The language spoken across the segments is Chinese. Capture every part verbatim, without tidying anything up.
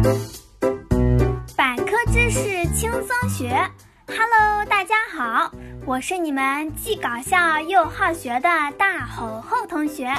百科知识轻松学 Hello 大家好，我是你们既搞笑又好学的大吼吼同学。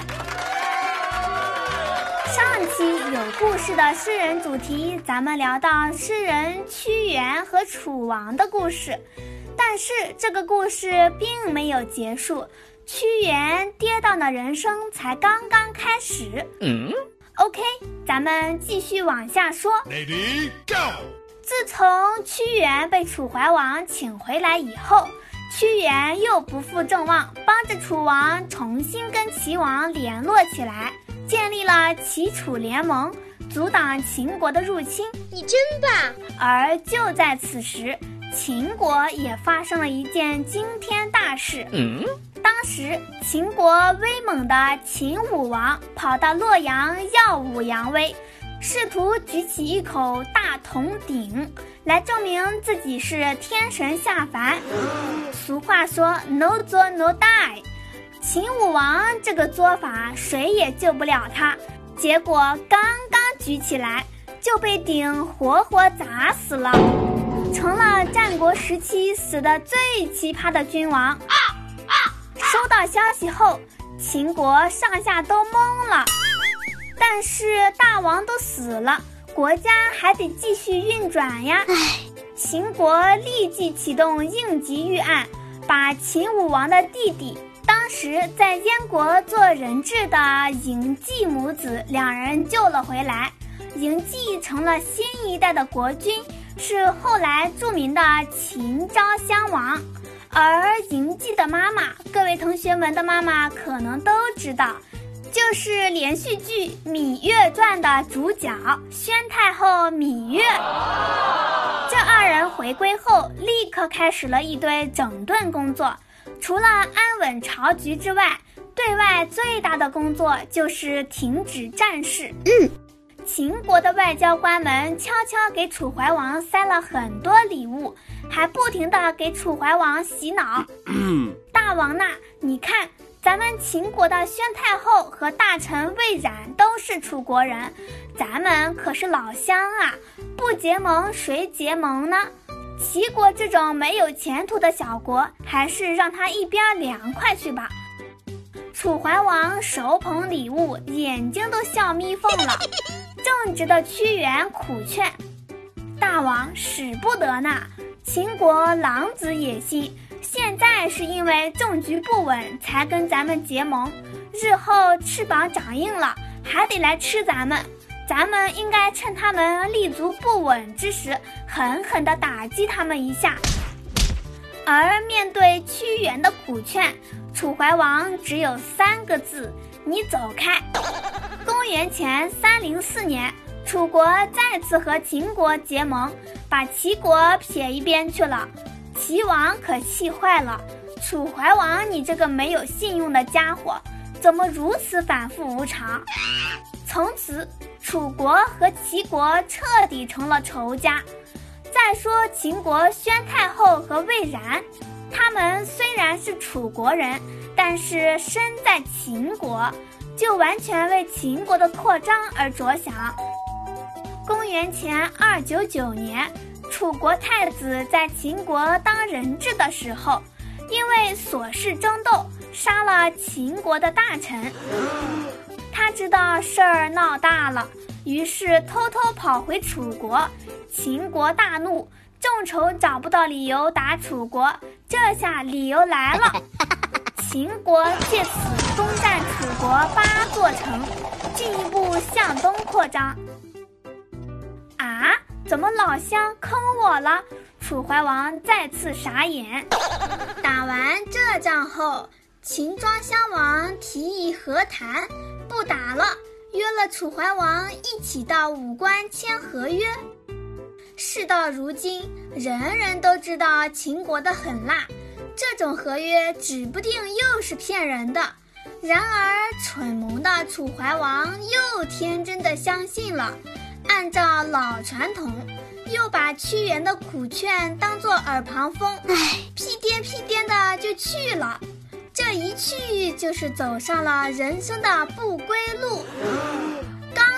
上期有故事的诗人主题，咱们聊到诗人屈原和楚王的故事，但是这个故事并没有结束，屈原跌宕的人生才刚刚开始。嗯 OK， 咱们继续往下说。 Lady Go。 自从屈原被楚怀王请回来以后，屈原又不负众望，帮着楚王重新跟齐王联络起来，建立了齐楚联盟，阻挡秦国的入侵。 你真棒！ 而就在此时，秦国也发生了一件惊天大事。嗯，当时秦国威猛的秦武王跑到洛阳耀武扬威，试图举起一口大铜鼎来证明自己是天神下凡。俗话说 no 作 no die， 秦武王这个做法谁也救不了他，结果刚刚举起来就被鼎活活砸死了，成了战国时期死的最奇葩的君王。收到消息后，秦国上下都懵了，但是大王都死了，国家还得继续运转呀。秦国立即启动应急预案，把秦武王的弟弟，当时在燕国做人质的嬴稷母子两人救了回来。嬴稷成了新一代的国君，是后来著名的秦昭襄王。而嬴稷的妈妈，各位同学们的妈妈可能都知道，就是连续剧《芈月传》的主角宣太后芈月。这二人回归后，立刻开始了一堆整顿工作。除了安稳朝局之外，对外最大的工作就是停止战事。嗯，秦国的外交官们悄悄给楚怀王塞了很多礼物，还不停地给楚怀王洗脑。大王呐，你看咱们秦国的宣太后和大臣魏冉都是楚国人，咱们可是老乡啊，不结盟谁结盟呢？齐国这种没有前途的小国，还是让他一边凉快去吧。楚怀王手捧礼物，眼睛都笑眯缝了。正直的屈原苦劝大王，使不得呢，秦国狼子野心，现在是因为政局不稳才跟咱们结盟，日后翅膀长硬了还得来吃咱们，咱们应该趁他们立足不稳之时，狠狠地打击他们一下。而面对屈原的苦劝，楚怀王只有三个字：你走开。公元前三零四年，楚国再次和秦国结盟，把齐国撇一边去了。齐王可气坏了，楚怀王你这个没有信用的家伙，怎么如此反复无常？从此楚国和齐国彻底成了仇家。再说秦国宣太后和魏冉，他们虽然是楚国人，但是身在秦国，就完全为秦国的扩张而着想。公元前二九九年，楚国太子在秦国当人质的时候，因为琐事争斗，杀了秦国的大臣。他知道事儿闹大了，于是偷偷跑回楚国。秦国大怒，众筹找不到理由打楚国，这下理由来了。秦国借此攻占楚国八座城，进一步向东扩张。啊，怎么老乡坑我了？楚怀王再次傻眼。打完这仗后，秦庄襄王提议和谈，不打了，约了楚怀王一起到武关签合约。事到如今，人人都知道秦国的狠辣，这种合约指不定又是骗人的。然而蠢萌的楚怀王又天真的相信了，按照老传统，又把屈原的苦劝当作耳旁风，屁颠屁颠的就去了。这一去就是走上了人生的不归路。刚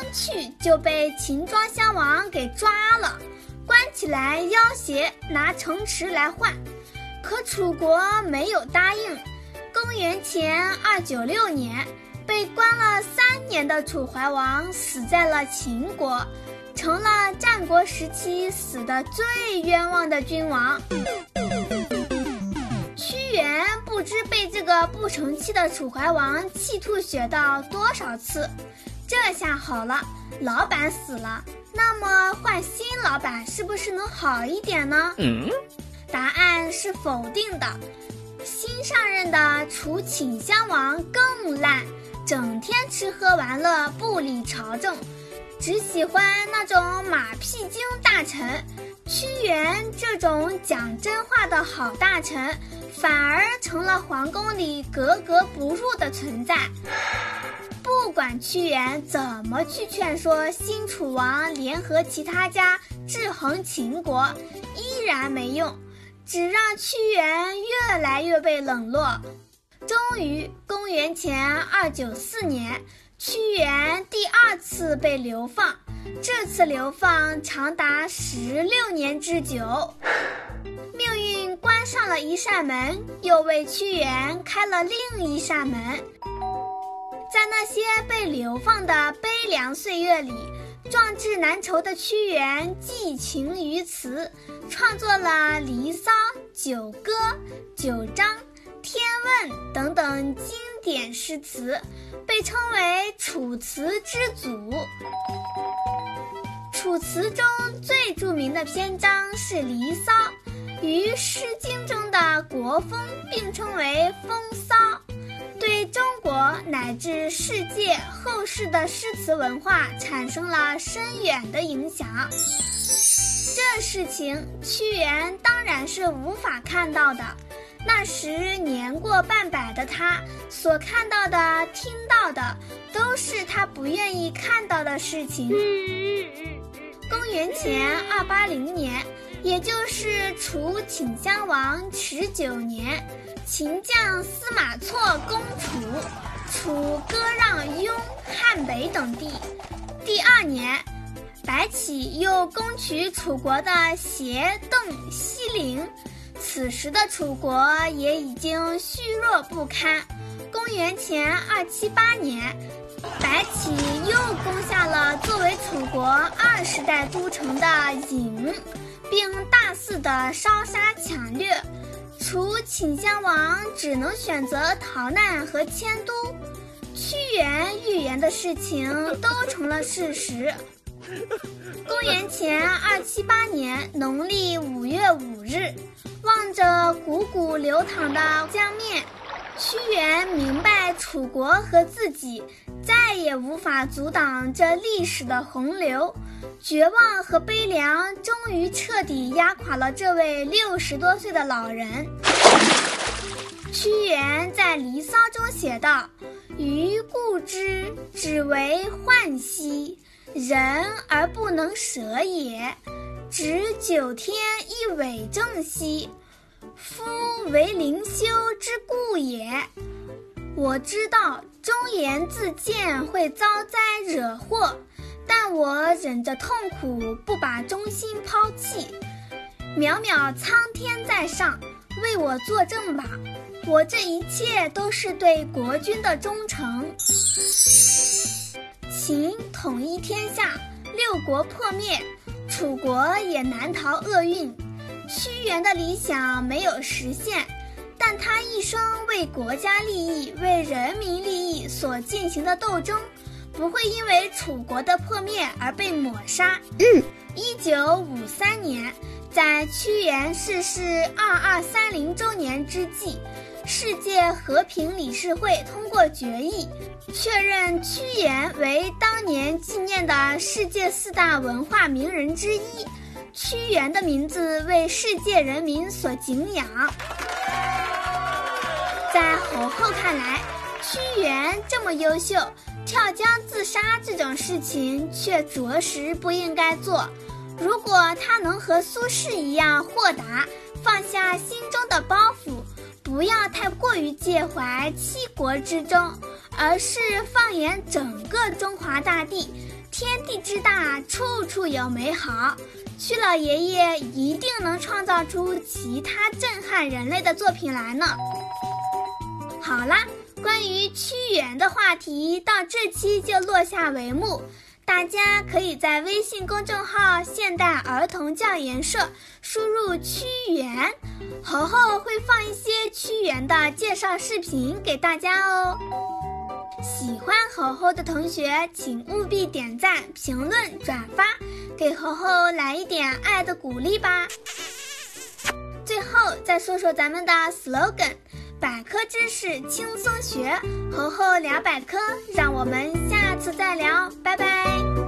去就被秦庄襄王给抓了，关起来要挟，拿城池来换。可楚国没有答应。公元前二九六年，被关了三年的楚怀王死在了秦国，成了战国时期死得最冤枉的君王。屈原不知被这个不成器的楚怀王气吐血道多少次。这下好了，老板死了，那么换新老板是不是能好一点呢？嗯，答案是否定的。新上任的楚顷襄王更烂，整天吃喝玩乐，不理朝政，只喜欢那种马屁精大臣。屈原这种讲真话的好大臣，反而成了皇宫里格格不入的存在。不管屈原怎么去劝说新楚王联合其他家制衡秦国，依然没用，只让屈原越来越被冷落。终于公元前二九四年，屈原第二次被流放，这次流放长达十六年之久。命运关上了一扇门，又为屈原开了另一扇门。在那些被流放的悲凉岁月里，壮志难酬的屈原寄情于词，创作了《离骚》《九歌》《九章》《天问》等等经典诗词，被称为楚辞之祖。楚辞中最著名的篇章是《离骚》，与《诗经》中的国风并称为风骚，对中国乃至世界后世的诗词文化产生了深远的影响。这事情屈原当然是无法看到的，那时年过半百的他，所看到的听到的都是他不愿意看到的事情。公元前二八零年，也就是楚顷襄王持九年，秦将司马错攻楚，楚割让雍、汉北等地。第二年，白起又攻取楚国的协、邓、西陵，此时的楚国也已经虚弱不堪。公元前二七八年，白起又攻下了作为楚国二十代都城的郢，并大肆的烧杀抢掠，楚顷襄王只能选择逃难和迁都。屈原预言的事情都成了事实。公元前二七八年农历五月五日，望着汩汩流淌的江面，屈原明白楚国和自己再也无法阻挡这历史的洪流，绝望和悲凉终于彻底压垮了这位六十多岁的老人。屈原在《离骚》中写道：余顾之，只为浣兮，人而不能舍也。执九天以委政兮，夫为灵修之故也。我知道忠言自见会遭灾惹祸，但我忍着痛苦不把忠心抛弃。渺渺苍天在上，为我作证吧，我这一切都是对国君的忠诚。秦统一天下，六国破灭，楚国也难逃厄运。屈原的理想没有实现，但他一生为国家利益、为人民利益所进行的斗争，不会因为楚国的破灭而被抹杀。嗯，一九五三年，在屈原逝世二二三零周年之际，世界和平理事会通过决议，确认屈原为当年纪念的世界四大文化名人之一。屈原的名字为世界人民所敬仰。在侯后看来，屈原这么优秀，跳江自杀这种事情却着实不应该做。如果他能和苏轼一样豁达，放下心中的包袱，不要太过于介怀七国之争，而是放眼整个中华大地， 天地之大，处处有美好，曲老爷爷一定能创造出其他震撼人类的作品来呢。好啦，关于屈原的话题到这期就落下帷幕，大家可以在微信公众号现代儿童教研社输入屈原，猴猴会放一些屈原的介绍视频给大家哦。喜欢猴猴的同学请务必点赞、评论、转发，给猴猴来一点爱的鼓励吧。最后再说说咱们的 slogan， 百科知识轻松学，猴猴聊百科，让我们下次再聊，拜拜。